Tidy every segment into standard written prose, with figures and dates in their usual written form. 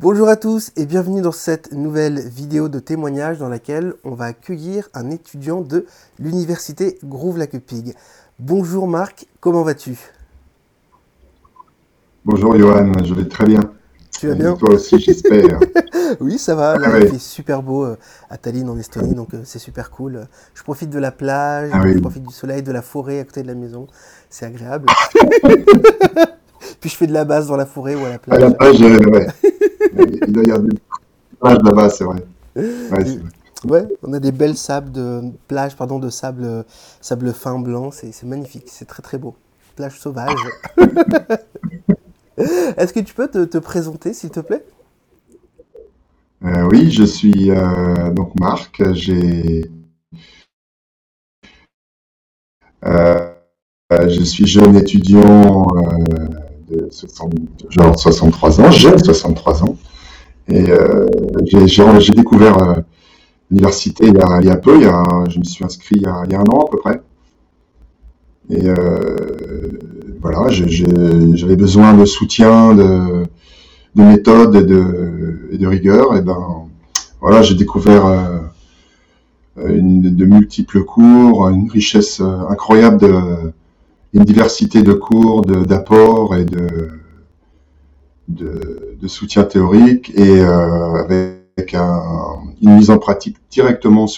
Bonjour à tous et bienvenue dans cette nouvelle vidéo de témoignage dans laquelle on va accueillir un étudiant de l'université Groove-Lacupig. Bonjour Marc, comment vas-tu? Bonjour Johan, je vais très bien. Tu vas Et bien? toi aussi, j'espère. Oui, ça va, Ah là il oui, fait super beau à Tallinn en Estonie, donc c'est super cool. Je profite de la plage, ah je oui. profite du soleil, de la forêt à côté de la maison, c'est agréable. Puis je fais de la basse dans la forêt ou à la À la plage. plage, ouais. Il doit y avoir des plages là-bas, c'est vrai. Ouais, c'est Et- vrai. Ouais, on a des belles sables de plage, pardon, de sable fin blanc, c'est magnifique, c'est très très beau. Plage sauvage. Est-ce que tu peux te présenter, s'il te plaît? Oui, je suis donc Marc. Euh, je suis jeune étudiant de 60, genre 63 ans. J'ai 63 ans. Et j'ai découvert l'université il y a peu. Je me suis inscrit il y a un an à peu près. Et voilà, j'avais besoin de soutien, de méthode et de rigueur. Et ben voilà, j'ai découvert de multiples cours, une richesse incroyable, une diversité de cours, d'apports et de soutien théorique, et avec une mise en pratique directement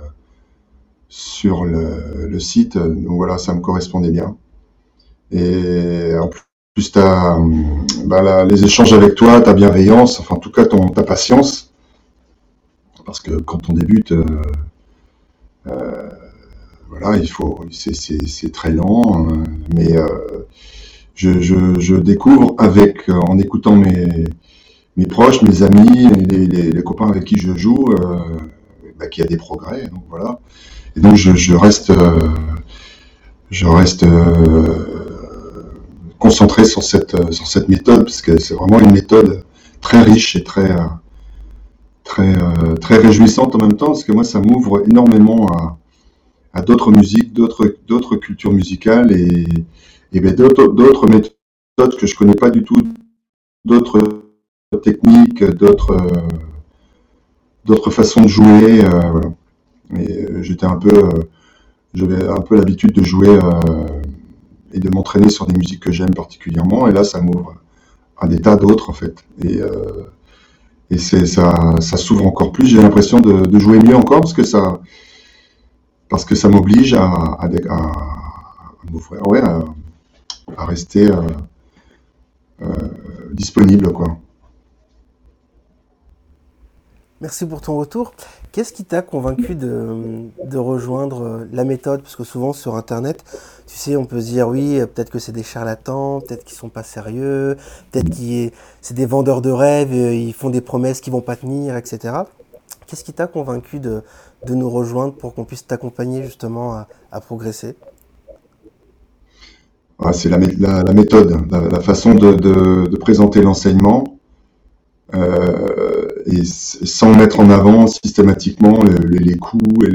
sur le site. Donc voilà, ça me correspondait bien. Et en plus, les échanges avec toi, ta bienveillance, enfin en tout cas ta patience, parce que quand on débute, voilà, c'est très lent, mais je découvre en écoutant mes proches, mes amis, les copains avec qui je joue, qu'il y a des progrès. Donc voilà. Et donc je reste concentré sur cette méthode, parce que c'est vraiment une méthode très riche et très réjouissante en même temps, parce que moi, ça m'ouvre énormément à d'autres musiques, d'autres cultures musicales, et ben, d'autres méthodes que je connais pas du tout, d'autres techniques, d'autres façons de jouer. Voilà. Et j'avais un peu l'habitude de jouer et de m'entraîner sur des musiques que j'aime particulièrement, et là, ça m'ouvre à des tas d'autres en fait. Et ça s'ouvre encore plus. J'ai l'impression de jouer mieux encore, parce que ça m'oblige à m'ouvrir, ouais, à rester disponible, quoi. Merci pour ton retour. Qu'est-ce qui t'a convaincu de rejoindre la méthode? Parce que souvent sur Internet, tu sais, on peut se dire oui, peut-être que c'est des charlatans, peut-être qu'ils sont pas sérieux, peut-être que c'est des vendeurs de rêves, ils font des promesses qui vont pas tenir, etc. Qu'est-ce qui t'a convaincu de nous rejoindre pour qu'on puisse t'accompagner justement à progresser? Ouais, c'est la méthode, la façon de présenter l'enseignement, et sans mettre en avant systématiquement les coups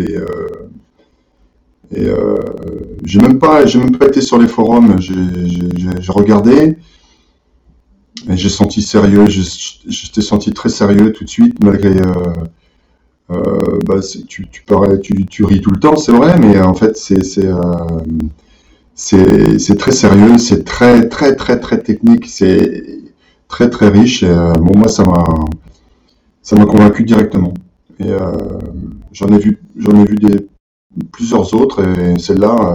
et j'ai même pas été sur les forums. J'ai regardé, et j'ai senti sérieux. Je t'ai senti très sérieux tout de suite, malgré tu ris tout le temps, c'est vrai, mais en fait c'est très sérieux, c'est très technique, c'est très riche. Et, bon, moi, ça m'a convaincu directement. Et j'en ai vu plusieurs autres, et celle-là,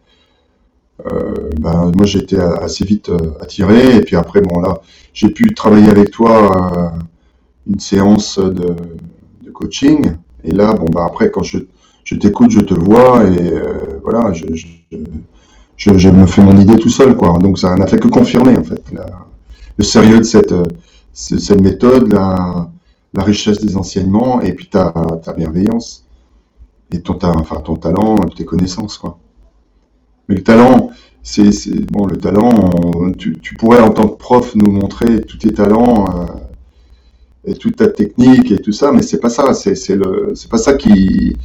moi, j'ai été assez vite attiré. Et puis après, bon, là, j'ai pu travailler avec toi une séance de coaching. Et là, bon, après, quand je t'écoute, je te vois, et voilà, je me fais mon idée tout seul, quoi. Donc ça n'a fait que confirmer, en fait, le sérieux de cette méthode, la richesse des enseignements, et puis ta bienveillance, et ton talent, tes connaissances, quoi. Mais le talent, bon, le talent, tu pourrais, en tant que prof, nous montrer tous tes talents, et toute ta technique et tout ça, mais c'est pas ça, c'est pas ça qui,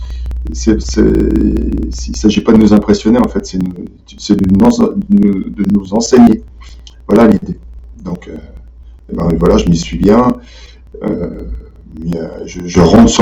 il s'agit pas de nous impressionner, en fait, c'est de nous enseigner. Voilà l'idée. Donc, ben, voilà, je m'y suis bien. Euh, je rentre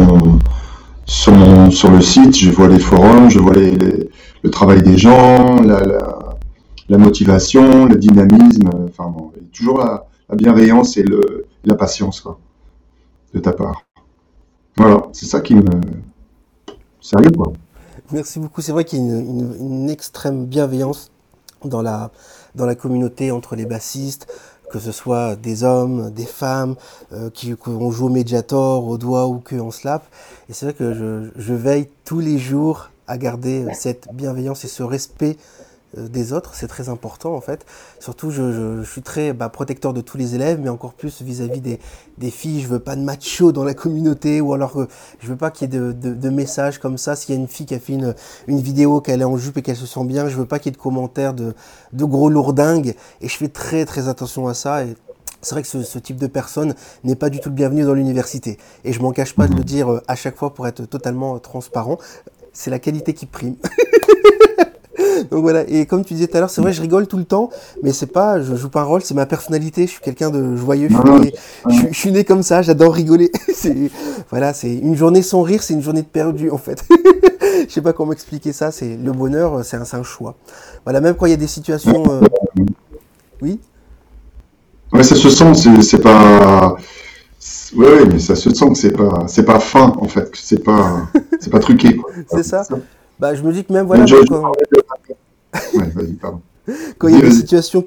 sur le site, je vois les forums, je vois le travail des gens, la motivation, le dynamisme, enfin bon, et toujours la bienveillance et la patience quoi, de ta part. Voilà, c'est ça qui me sérieux quoi. Merci beaucoup. C'est vrai qu'il y a une extrême bienveillance dans la communauté entre les bassistes, que ce soit des hommes, des femmes, qu'on joue au Mediator, au doigt ou qu'en slap. Et c'est vrai que je veille tous les jours à garder cette bienveillance et ce respect des autres, c'est très important en fait. Surtout, je suis très protecteur de tous les élèves, mais encore plus vis-à-vis des filles. Je veux pas de macho dans la communauté, ou alors je veux pas qu'il y ait de messages comme ça. S'il y a une fille qui a fait une vidéo, qu'elle est en jupe et qu'elle se sent bien, je veux pas qu'il y ait de commentaires de gros lourdingues. Et je fais très très attention à ça. Et c'est vrai que ce type de personne n'est pas du tout le bienvenu dans l'université. Et je m'en cache pas de le dire à chaque fois pour être totalement transparent. C'est la qualité qui prime. Donc voilà, et comme tu disais tout à l'heure, c'est vrai, je rigole tout le temps, mais c'est pas, je joue pas un rôle, c'est ma personnalité, je suis quelqu'un de joyeux, Non, non, je suis né comme ça, j'adore rigoler. Voilà, c'est une journée sans rire, c'est une journée de perdu en fait. Je sais pas comment expliquer ça, c'est le bonheur, c'est un choix. Voilà, même quand il y a des situations, oui, ouais, ça se sent, c'est pas, ouais, mais ça se sent que c'est pas fin en fait, que c'est pas truqué quoi. c'est Voilà, ça. c'est ça. Bah, je me dis que même Donc voilà, même je quand, parlais de... Ouais, vas-y, pardon. quand il y a des Vas-y. situations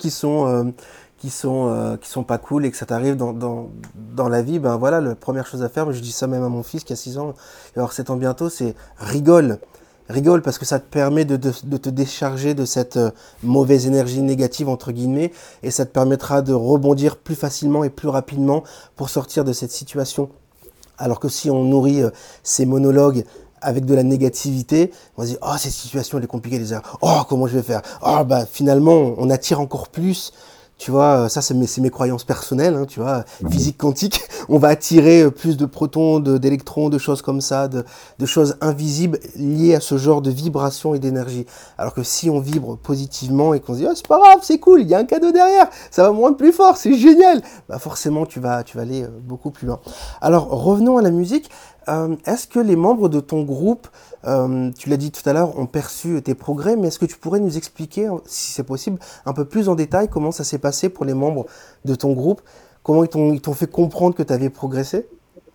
qui sont pas cool et que ça t'arrive dans la vie, ben voilà, la première chose à faire, mais je dis ça même à mon fils qui a 6 ans, et alors 7 ans bientôt, c'est rigole. Rigole parce que ça te permet de te décharger de cette mauvaise énergie négative, entre guillemets, et ça te permettra de rebondir plus facilement et plus rapidement pour sortir de cette situation. Alors que si on nourrit ces monologues avec de la négativité, on se dit oh cette situation elle est compliquée, oh comment je vais faire, oh bah finalement on attire encore plus. Tu vois, ça c'est mes croyances personnelles, hein, tu vois, physique quantique, on va attirer plus de protons, d'électrons, de choses comme ça, de choses invisibles liées à ce genre de vibration et d'énergie. Alors que si on vibre positivement et qu'on se dit oh, c'est pas grave, c'est cool, il y a un cadeau derrière, ça va me rendre plus fort, c'est génial, bah forcément tu vas aller beaucoup plus loin. Alors revenons à la musique. Est-ce que les membres de ton groupe, tu l'as dit tout à l'heure, ont perçu tes progrès, mais est-ce que tu pourrais nous expliquer, si c'est possible, un peu plus en détail comment ça s'est passé pour les membres de ton groupe? Comment ils t'ont fait comprendre que tu avais progressé?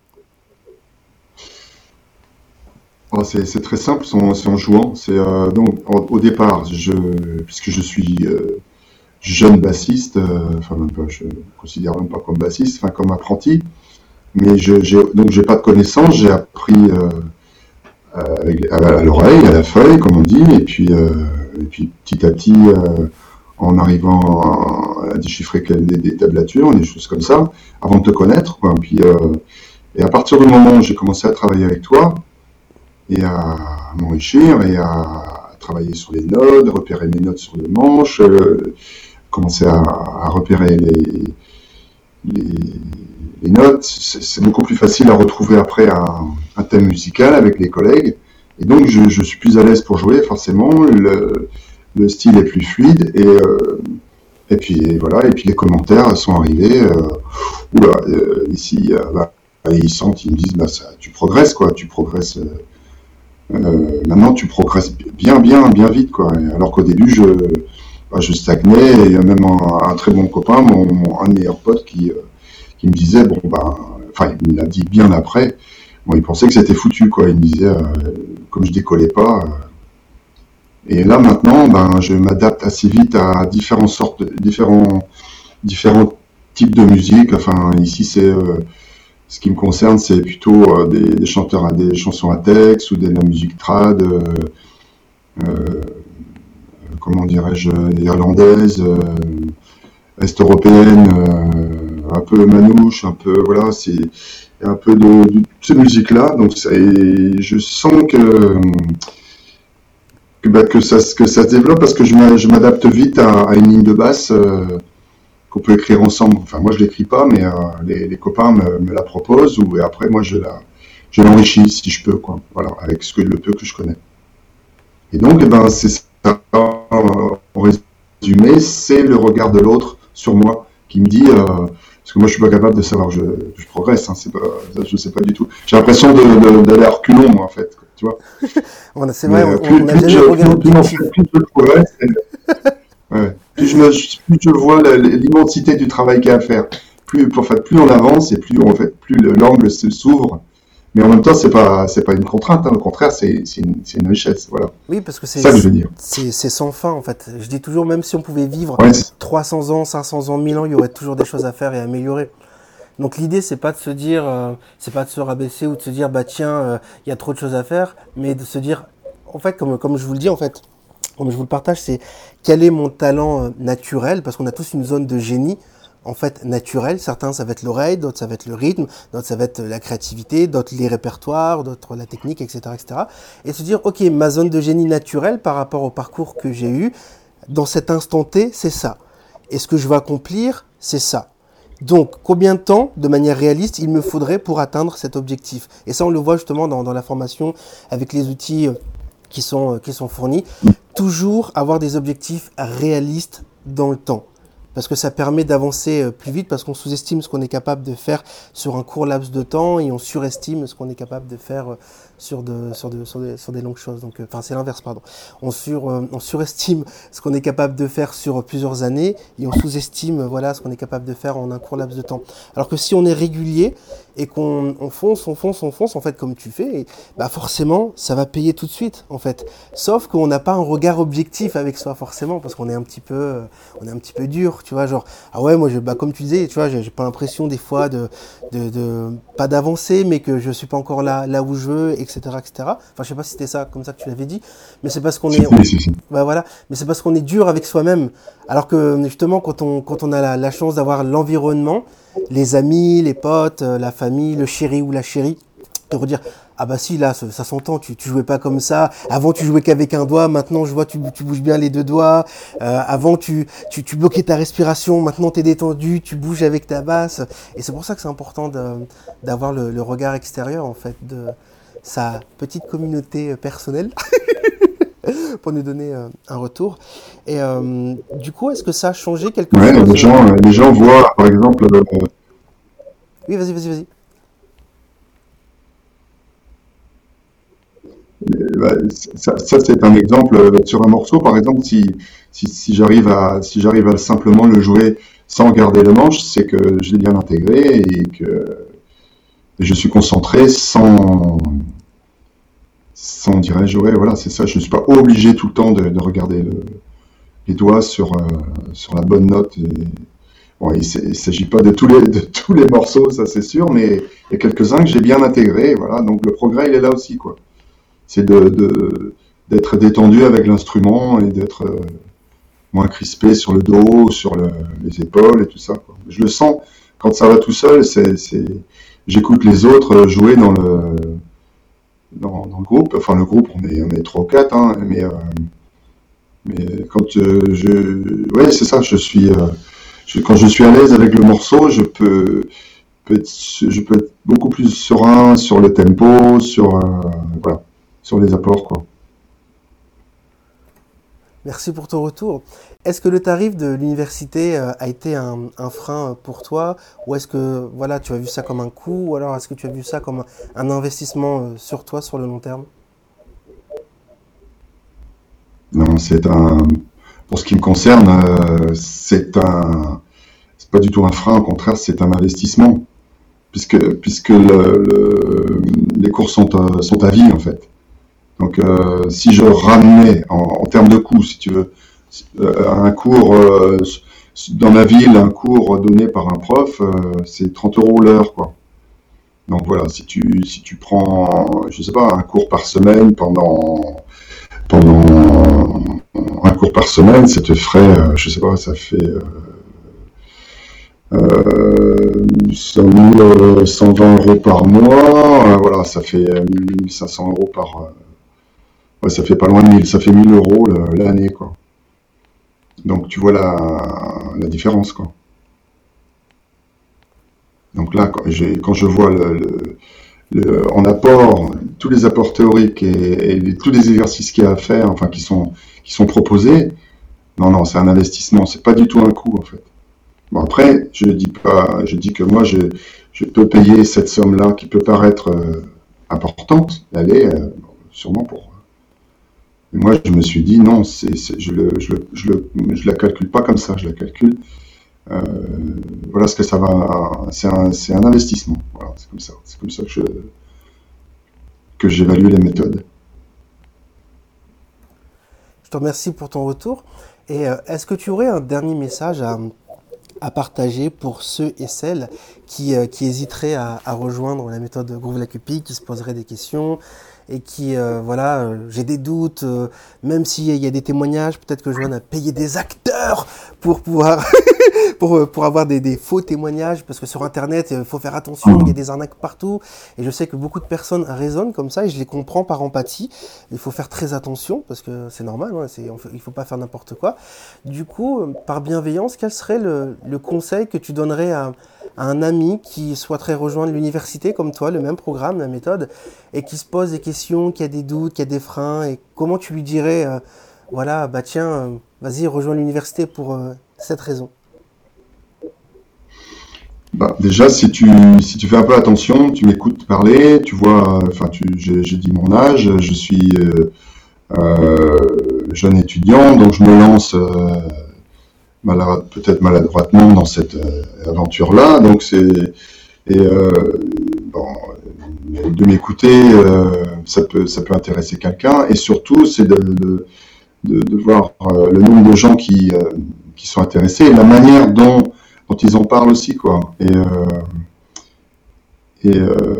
Oh, c'est très simple, c'est en jouant. C'est donc au départ, puisque je suis jeune bassiste, enfin même pas, je me considère même pas comme bassiste, enfin comme apprenti, mais donc j'ai pas de connaissances, j'ai appris à l'oreille, à la feuille, comme on dit, et puis petit à petit, en arrivant à déchiffrer des tablatures, des choses comme ça, avant de te connaître, quoi. Et à partir du moment où j'ai commencé à travailler avec toi et à m'enrichir et à travailler sur les notes, repérer mes notes sur le manche, commencer à repérer les, les notes, c'est beaucoup plus facile à retrouver après un thème musical avec les collègues. Et donc, je suis plus à l'aise pour jouer, forcément. Le style est plus fluide. Et puis, voilà. Et puis, les commentaires sont arrivés. Oula, ici, bah, ils sentent, ils me disent, bah, ça, tu progresses, quoi. Tu progresses. Maintenant, tu progresses bien, bien, bien vite, quoi. Alors qu'au début, je stagnais. Et il y a même un très bon copain, un de mes meilleurs potes, qui me disait, bon, ben, enfin, il me l'a dit bien après, bon, il pensait que c'était foutu, quoi. Il me disait, comme je décollais pas. Et là, maintenant, ben, je m'adapte assez vite à différents types de musique. Enfin, ici, ce qui me concerne, c'est plutôt des chanteurs, des chansons à texte ou de la musique trad, euh, comment dirais-je, irlandaise, est-européenne, un peu manouche, un peu, voilà, c'est un peu de ces musiques-là. Donc, et je sens que ça se développe parce que je m'adapte vite à une ligne de basse qu'on peut écrire ensemble. Enfin, moi, je l'écris pas, mais les copains me la proposent et après, moi, je l'enrichis si je peux, quoi. Voilà, avec le peu que je connais. Et donc, eh ben, c'est ça, en résumé, c'est le regard de l'autre sur moi qui me dit Parce que moi, je suis pas capable de savoir, je progresse, hein, je sais pas du tout. J'ai l'impression d'aller à reculons, moi, en fait, tu vois. C'est vrai, Mais on n'a jamais le regard objectif. plus je progresse, ouais, plus je vois l'immensité du travail qu'il y a à faire. Plus on avance et plus l'angle s'ouvre. Mais en même temps, c'est pas une contrainte, hein. Au contraire, c'est une richesse, voilà. Oui, parce que C'est ça que je veux dire. c'est sans fin, en fait. Je dis toujours, même si on pouvait vivre Ouais, 300 ans, 500 ans, 1000 ans, il y aurait toujours des choses à faire et à améliorer. Donc l'idée, c'est pas de se dire, c'est pas de se rabaisser ou de se dire, bah tiens, il y a trop de choses à faire, mais de se dire, en fait, comme je vous le dis, en fait, comme je vous le partage, c'est quel est mon talent naturel, parce qu'on a tous une zone de génie, en fait, naturelle. Certains, ça va être l'oreille, d'autres, ça va être le rythme, d'autres, ça va être la créativité, d'autres, les répertoires, d'autres, la technique, etc., etc. Et se dire, ok, ma zone de génie naturelle par rapport au parcours que j'ai eu, dans cet instant T, c'est ça. Et ce que je veux accomplir, c'est ça. Donc, combien de temps, de manière réaliste, il me faudrait pour atteindre cet objectif? Et ça, on le voit justement dans la formation avec les outils qui sont fournis. Toujours avoir des objectifs réalistes dans le temps. Parce que ça permet d'avancer plus vite, parce qu'on sous-estime ce qu'on est capable de faire sur un court laps de temps et on surestime ce qu'on est capable de faire sur des longues choses. Donc, enfin, c'est l'inverse, pardon. On surestime ce qu'on est capable de faire sur plusieurs années et on sous-estime voilà, ce qu'on est capable de faire en un court laps de temps. Alors que si on est régulier et qu'on fonce, en fait, comme tu fais, et, bah forcément, ça va payer tout de suite, en fait. Sauf qu'on n'a pas un regard objectif avec soi, forcément, parce qu'on est un petit peu dur, tu vois, genre, ah ouais, moi, bah, comme tu disais, tu vois, j'ai pas l'impression des fois pas d'avancer, mais que je suis pas encore là où je veux, etc., etc. Enfin, je sais pas si c'était ça, comme ça que tu l'avais dit, mais c'est parce qu'on est, bah voilà, mais c'est parce qu'on est dur avec soi-même. Alors que, justement, quand on a la chance d'avoir l'environnement, les amis, les potes, la famille, le chéri ou la chérie, de redire, ah bah si, là, ça s'entend, tu jouais pas comme ça. Avant, tu jouais qu'avec un doigt. Maintenant, je vois, tu bouges bien les deux doigts. Avant, tu bloquais ta respiration. Maintenant, t'es détendu, tu bouges avec ta basse. Et c'est pour ça que c'est important d'avoir le regard extérieur, en fait, de sa petite communauté personnelle pour nous donner un retour. Et du coup, est-ce que ça a changé quelque ouais, chose les gens voient, par exemple, Oui, vas-y. bah, ça c'est un exemple sur un morceau, par exemple, si j'arrive à simplement le jouer sans garder le manche, c'est que je l'ai bien intégré et que je suis concentré sans dirais-je, ouais, voilà, c'est ça. Je suis pas obligé tout le temps de regarder les doigts sur la bonne note. Bon, il s'agit pas de tous les morceaux, ça c'est sûr, mais il y a quelques-uns que j'ai bien intégrés, voilà. Donc le progrès, il est là aussi, quoi. C'est d'être détendu avec l'instrument et d'être moins crispé sur le dos, les épaules et tout ça, quoi. Je le sens quand ça va tout seul. J'écoute les autres jouer dans le groupe. Enfin, le groupe, on est 3 ou 4, hein, mais quand ouais, c'est ça. Quand je suis à l'aise avec le morceau, je peux être beaucoup plus serein sur le tempo, voilà, sur les apports, quoi. Merci pour ton retour. Est-ce que le tarif de l'université a été un frein pour toi, ou est-ce que voilà, tu as vu ça comme un coût, ou alors est-ce que tu as vu ça comme un investissement sur toi sur le long terme? Non, pour ce qui me concerne, c'est pas du tout un frein. Au contraire, c'est un investissement, puisque les cours sont à vie, en fait. Donc, si je ramenais en termes de coût, si tu veux, un cours dans ma ville, un cours donné par un prof, c'est 30 € l'heure, quoi. Donc voilà, si tu prends, je sais pas, un cours par semaine pendant un cours par semaine, ça te ferait, je sais pas, ça fait 120 € par mois, voilà, ça fait 1500 € ouais, ça fait pas loin de 1000, ça fait 1000 € l'année, quoi. Donc tu vois la différence, quoi. Donc là, quand je vois en apport, tous les apports théoriques et tous les exercices qu'il y a à faire, enfin qui sont proposés, non, c'est un investissement, c'est pas du tout un coût, en fait. Bon, après, je dis pas, je dis que moi, je peux payer cette somme-là qui peut paraître importante, d'aller sûrement pour. Mais moi, je me suis dit non, je la calcule pas comme ça, je la calcule. euh, voilà ce que ça va. C'est un investissement. Voilà, c'est comme ça que j'évalue les méthodes. Je te remercie pour ton retour. Et est-ce que tu aurais un dernier message à partager pour ceux et celles qui hésiteraient à rejoindre la méthode Groove Like a Pig, qui se poseraient des questions et qui, voilà, j'ai des doutes, même s'il y a des témoignages, peut-être que Joanne a payé des acteurs pour pouvoir, pour avoir des faux témoignages, parce que sur Internet, il faut faire attention, il y a des arnaques partout, et je sais que beaucoup de personnes raisonnent comme ça, et je les comprends par empathie. Il faut faire très attention, parce que c'est normal, hein, il faut pas faire n'importe quoi. Du coup, par bienveillance, quel serait le conseil que tu donnerais à un ami qui souhaiterait rejoindre l'université comme toi, le même programme, la méthode, et qui se pose des questions, qui a des doutes, qui a des freins, et comment tu lui dirais, voilà, bah tiens, vas-y, rejoins l'université pour cette raison. Bah, déjà, si tu fais un peu attention, tu m'écoutes parler, tu vois, enfin, j'ai dit mon âge, je suis euh, jeune étudiant, donc je me lance peut-être maladroitement dans cette aventure-là. Donc et bon, de m'écouter, ça peut intéresser quelqu'un. Et surtout, c'est de voir le nombre de gens qui sont intéressés et la manière dont ils en parlent aussi, quoi. Et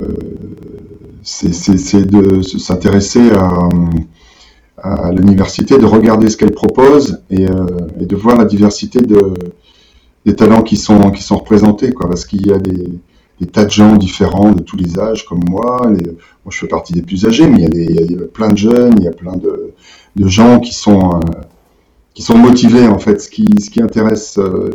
c'est de s'intéresser à l'université, de regarder ce qu'elle propose et de voir la diversité des talents qui sont représentés, quoi, parce qu'il y a des tas de gens différents de tous les âges, comme moi. Moi, je fais partie des plus âgés, mais il y a plein de jeunes, il y a plein de gens qui sont motivés, en fait. Ce qui intéresse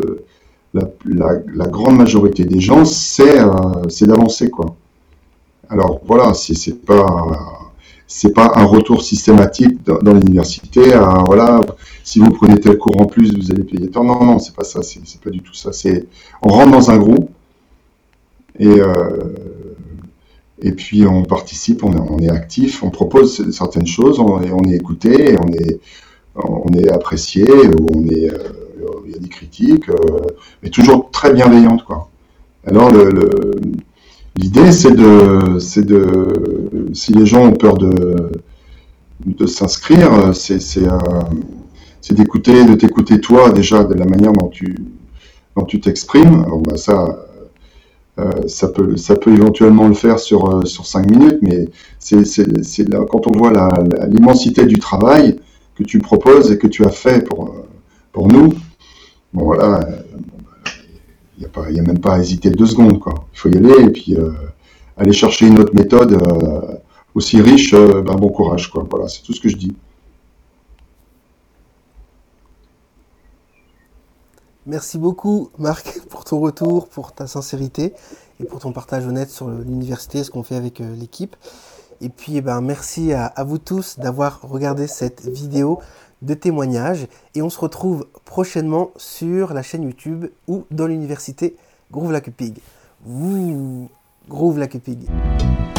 la grande majorité des gens, c'est d'avancer, quoi. Alors voilà, c'est pas un retour systématique dans l'université. Voilà, si vous prenez tel cours en plus, vous allez payer tant. Non, non, c'est pas ça. C'est pas du tout ça. On rentre dans un groupe et et puis on participe, on est actif, on propose certaines choses, on est écouté, et on est apprécié, ou il y a des critiques, mais toujours très bienveillantes, quoi. Alors l'idée, si les gens ont peur de s'inscrire, c'est de t'écouter toi déjà, de la manière dont tu t'exprimes. Alors, bah, ça peut éventuellement le faire sur 5 minutes, mais c'est là, quand on voit l'immensité du travail que tu proposes et que tu as fait pour nous, bon voilà, il y a même pas à hésiter 2 secondes, quoi. Il faut y aller et puis aller chercher une autre méthode aussi riche, ben bon courage, quoi. Voilà, c'est tout ce que je dis. Merci beaucoup, Marc, pour ton retour, pour ta sincérité et pour ton partage honnête sur l'université, ce qu'on fait avec l'équipe. Et puis, eh ben, merci à vous tous d'avoir regardé cette vidéo de témoignage. Et on se retrouve prochainement sur la chaîne YouTube ou dans l'université Groove Like a Pig. Groove Like a Pig.